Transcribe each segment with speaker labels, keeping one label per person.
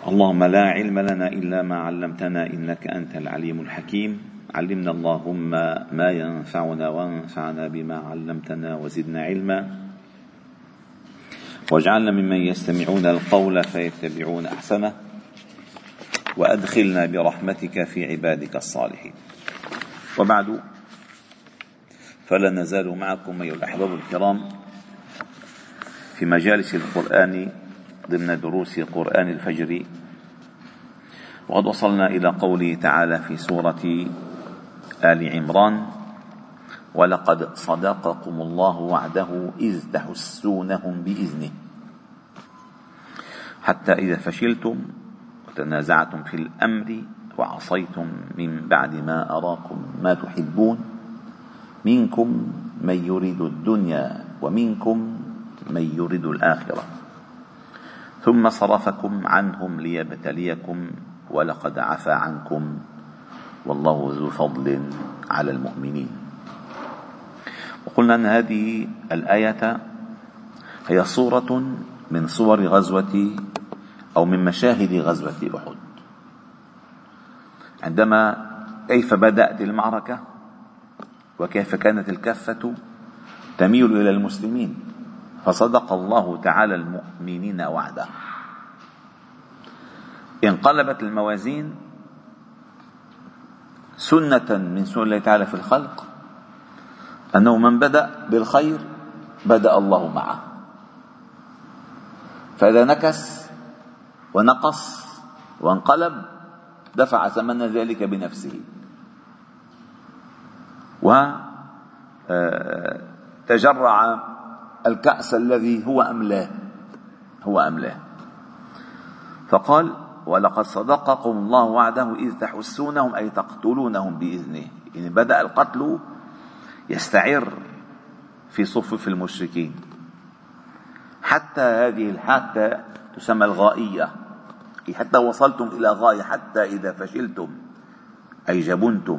Speaker 1: اللهم لا علم لنا إلا ما علمتنا إنك أنت العليم الحكيم. علمنا اللهم ما ينفعنا وانفعنا بما علمتنا وزدنا علما، واجعلنا ممن يستمعون القول فيتبعون أحسنه، وأدخلنا برحمتك في عبادك الصالحين. وبعد، فلا نزال معكم أيها الأحباب الكرام في مجالس القرآن ضمن دروس قرآن الفجر، وقد وصلنا إلى قوله تعالى في سورة آل عمران: ولقد صدقكم الله وعده إذ تحسونهم بإذنه حتى إذا فشلتم وتنازعتم في الأمر وعصيتم من بعد ما أراكم ما تحبون منكم من يريد الدنيا ومنكم من يريد الآخرة ثم صرفكم عنهم ليبتليكم ولقد عفا عنكم والله ذو فضل على المؤمنين. وقلنا أن هذه الآية هي صورة من صور غزوة أو من مشاهد غزوة أحد، عندما كيف بدأت المعركة وكيف كانت الكفة تميل إلى المسلمين، فصدق الله تعالى المؤمنين وعده. انقلبت الموازين سنة من سنن الله تعالى في الخلق، أنه من بدأ بالخير بدأ الله معه، فإذا نكس ونقص وانقلب دفع ثمن ذلك بنفسه، وتجرع الكأس الذي هو أملاه. فقال: ولقد صدقكم الله وعده إذ تحسونهم أي تقتلونهم بإذنه، يعني بدأ القتل يستعر في صفوف المشركين حتى هذه الحتى تسمى الغائية، حتى وصلتم إلى غاية، حتى إذا فشلتم أي جبنتم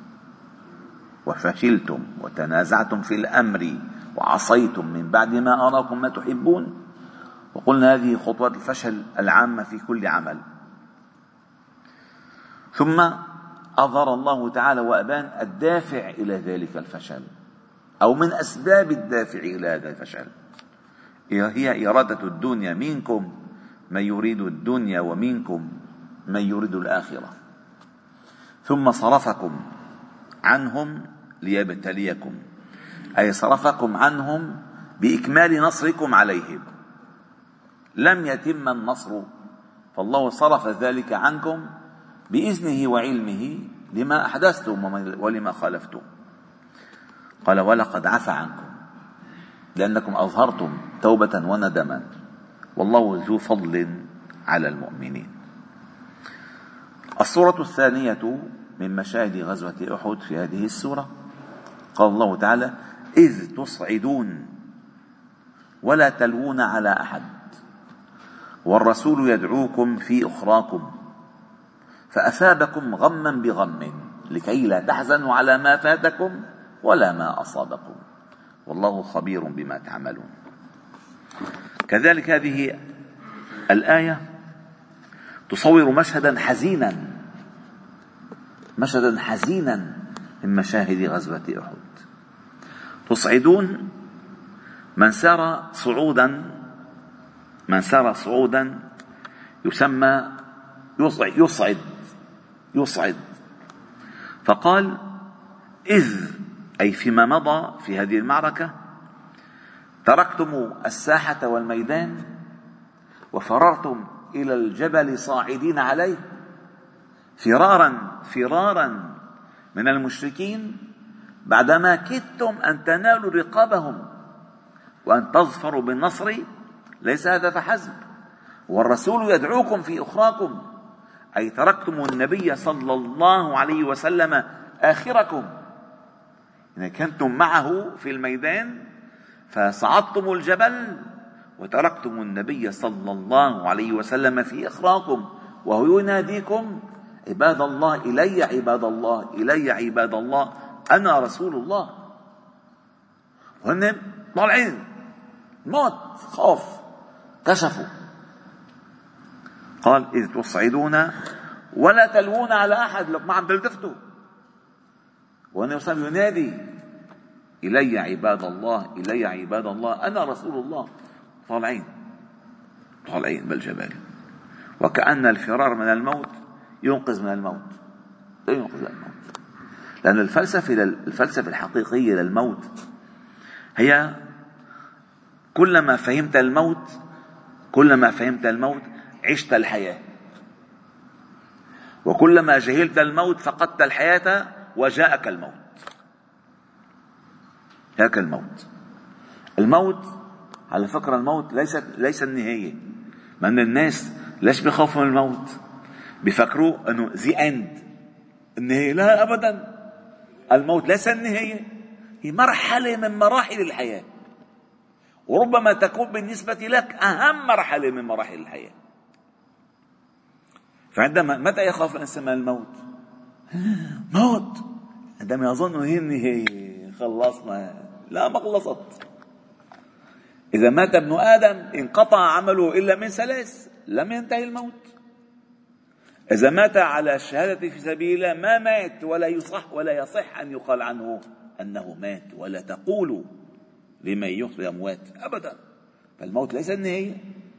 Speaker 1: وفشلتم وتنازعتم في الأمر وعصيتم من بعد ما أراكم ما تحبون. وقلنا هذه خطوات الفشل العامة في كل عمل. ثم أظهر الله تعالى وأبان الدافع إلى ذلك الفشل، أو من أسباب الدافع إلى هذا الفشل، هي إرادة الدنيا، منكم من يريد الدنيا ومنكم من يريد الآخرة ثم صرفكم عنهم ليبتليكم، أي صرفكم عنهم بإكمال نصركم عليهم، لم يتم النصر فالله صرف ذلك عنكم بإذنه وعلمه لما أحدثتم ولما خالفتم. قال: ولقد عفا عنكم، لأنكم أظهرتم توبة وندما والله ذو فضل على المؤمنين. الصورة الثانية من مشاهد غزوة أحد في هذه السورة، قال الله تعالى: إذ تصعدون ولا تلوون على أحد والرسول يدعوكم في أخراكم فأثابكم غما بغم لكي لا تحزنوا على ما فاتكم ولا ما أصابكم والله خبير بما تعملون. كذلك هذه الآية تصور مشهدا حزينا من مشاهد غزوة أحد. تصعدون، من سار صعودا يسمى يصعد. فقال: إذ أي فيما مضى في هذه المعركة تركتم الساحة والميدان وفررتم إلى الجبل صاعدين عليه فرارا من المشركين، بعدما كدتم أن تنالوا رقابهم وأن تظفروا بالنصر. ليس هذا فحسب، والرسول يدعوكم في أخراكم، أي تركتم النبي صلى الله عليه وسلم آخركم، يعني كنتم معه في الميدان فصعدتم الجبل وتركتم النبي صلى الله عليه وسلم في إخراكم، وهو يناديكم: عباد الله إلي، عباد الله إلي، عباد الله، أنا رسول الله. وهن طالعين موت، خوف، كشفوا. قال إذ تصعدون ولا تلوون على أحد، لك ما عم تلتفتوا. والنبي صلى الله عليه وسلم ينادي إلي عباد الله، إلي عباد الله، أنا رسول الله. طالعين بالجبال، وكأن الفرار من الموت ينقذ من الموت. لا ينقذ من الموت، لأن الفلسفة الحقيقية للموت هي كلما فهمت الموت عشت الحياة، وكلما جهلت الموت فقدت الحياة وجاءك الموت. جاءك الموت على فكرة الموت ليس النهاية. من الناس ليش بيخافوا من الموت؟ بيفكروا انه the end، النهاية. لا ابدا، الموت ليس النهاية، هي مرحلة من مراحل الحياة، وربما تكون بالنسبة لك اهم مرحلة من مراحل الحياة. فعندما متى يخاف الانسان من الموت؟ موت عندما يظن هي النهاية، خلصنا. لا، ما خلصت. إذا مات ابن آدم انقطع عمله إلا من ثلاث، لم ينتهي الموت. إذا مات على الشهادة في سبيل الله ما مات، ولا يصح أن يقال عنه أنه مات، ولا تقولوا لمن يخطئ أموات أبدا. فالموت ليس النهاية،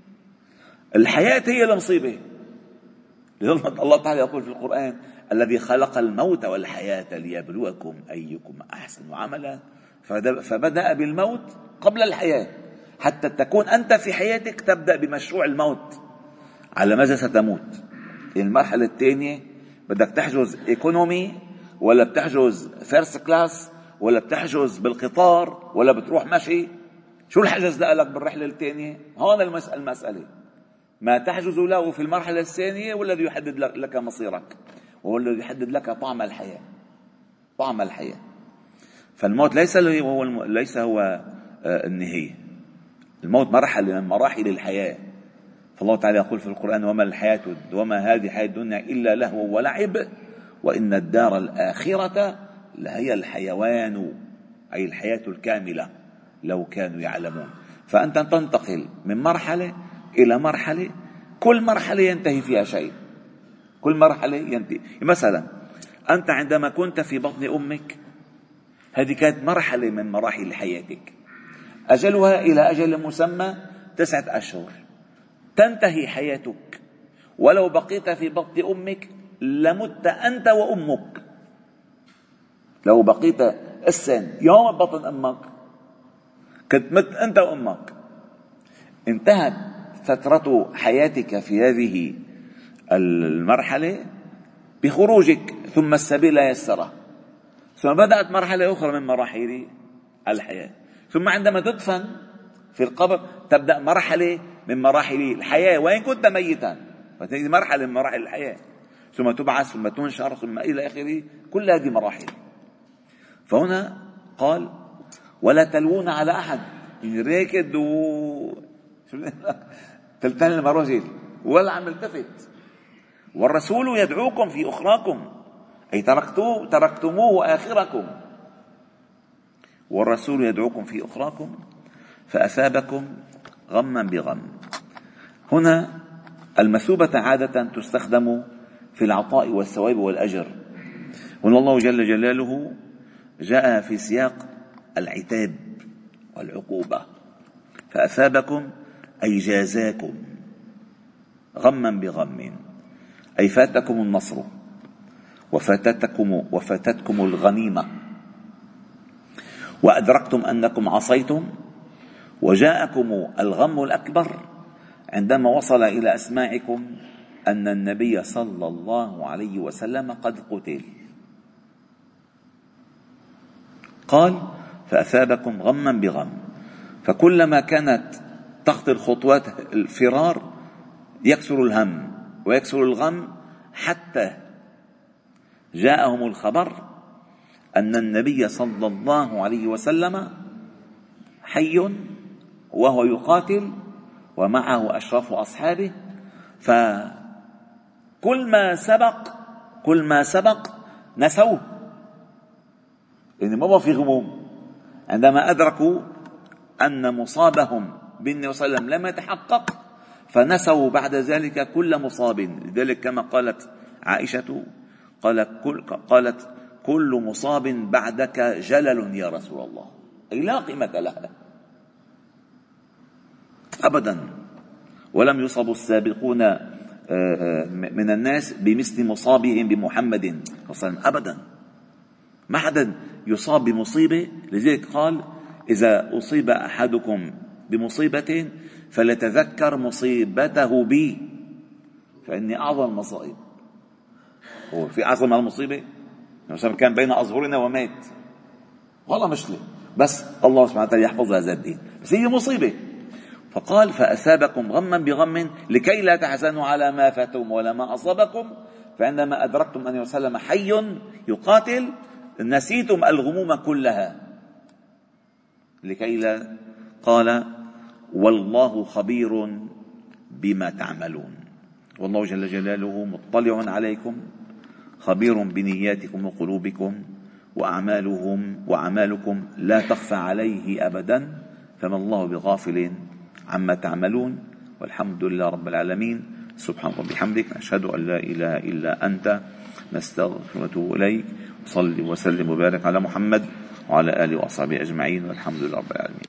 Speaker 1: الحياة هي المصيبة. لذلك الله تعالى يقول في القرآن الذي خلق الموت والحياة ليبلوكم أيكم أحسن عملا، فبدأ بالموت قبل الحياة حتى تكون أنت في حياتك تبدأ بمشروع الموت على ماذا ستموت. المرحلة الثانية بدك تحجز ايكونومي، ولا بتحجز فيرست كلاس، ولا بتحجز بالقطار، ولا بتروح مشي. شو الحجز لك بالرحلة الثانية؟ هون المسألة ما تحجز له في المرحلة الثانية، والذي يحدد لك مصيرك، وهو الذي يحدد لك طعم الحياة. فالموت ليس هو النهاية. الموت مرحلة من مراحل الحياة. فالله تعالى يقول في القرآن وما هذه الحياة الدنيا إلا لهو ولعب وإن الدار الآخرة لهي الحيوان، أي الحياة الكاملة لو كانوا يعلمون. فأنت تنتقل من مرحلة إلى مرحلة، كل مرحلة ينتهي فيها شيء، كل مرحلة ينتهي. مثلا أنت عندما كنت في بطن أمك، هذه كانت مرحلة من مراحل حياتك، أجلها إلى أجل مسمى 9 أشهر، تنتهي حياتك. ولو بقيت في بطن أمك لمت أنت وأمك. لو بقيت السن يوم بطن أمك كنت مت أنت وأمك. انتهت فترة حياتك في هذه المرحلة بخروجك، ثم السبيل يسره، ثم بدأت مرحلة أخرى من مراحل الحياة، ثم عندما تدفن في القبر تبدأ مرحلة من مراحل الحياة وإن كنت ميتا، فتجد مرحلة من مراحل الحياة، ثم تبعث، ثم تنشر، ثم إلى آخره. كل هذه مراحل. فهنا قال ولا تلوون على أحد، راكد تلتهن رجل ولا عم يلتفت. والرسول يدعوكم في أخراكم، أي تركتموه آخركم. والرسول يدعوكم في أخراكم فأثابكم غما بغم. هنا المثوبة عادة تستخدم في العطاء والثواب والأجر. هنا الله جل جلاله جاء في سياق العتاب والعقوبة، فأثابكم أي جازاكم غما بغم، أي فاتكم النصر وفاتتكم الغنيمة، وأدركتم أنكم عصيتم، وجاءكم الغم الأكبر عندما وصل إلى أسماعكم أن النبي صلى الله عليه وسلم قد قتل. قال فأثابكم غما بغم. فكلما كانت تخطي الخطوات الفرار يكسر الهم ويكسر الغم، حتى جاءهم الخبر أن النبي صلى الله عليه وسلم حي وهو يقاتل ومعه أشرف أصحابه. فكل ما سبق نسوه، يعني ما بقى في غموم. عندما أدركوا أن مصابهم بالنبي صلى الله عليه وسلم لم يتحقق، فنسوا بعد ذلك كل مصاب. لذلك كما قالت عائشة قالت كل مصاب بعدك جلل يا رسول الله، أي لا قيمة لها أبدا. ولم يصب السابقون من الناس بمثل مصابهم بمحمد صلى الله عليه وسلم أبدا، ما حدا يصاب بمصيبة. لذلك قال إذا أصيب أحدكم بمصيبة فليتذكر مصيبته بي فإني أعظم المصائب. هو في أعظم المصيبة؟ مثلا كان بين أظهرنا ومات، والله مشكلة، بس الله سبحانه وتعالى يحفظ هذا الدين، بس هي مصيبة. فقال فأثابكم غما بغم لكي لا تحزنوا على ما فاتكم ولا ما أصابكم فعندما أدركتم أن وسلم حي يقاتل نسيتم الغموم كلها لكي لا. قال والله خبير بما تعملون، والله جل جلاله مطلع عليكم خبير بنياتكم وقلوبكم وأعمالكم لا تخفى عليه أبدا، فما الله بغافل عما تعملون. والحمد لله رب العالمين. سبحانك وبحمدك، أشهد أن لا إله إلا أنت، نستغفرك ونتوب إليك. صل وسلم وبارك على محمد وعلى آله وأصحابه أجمعين، والحمد لله رب العالمين.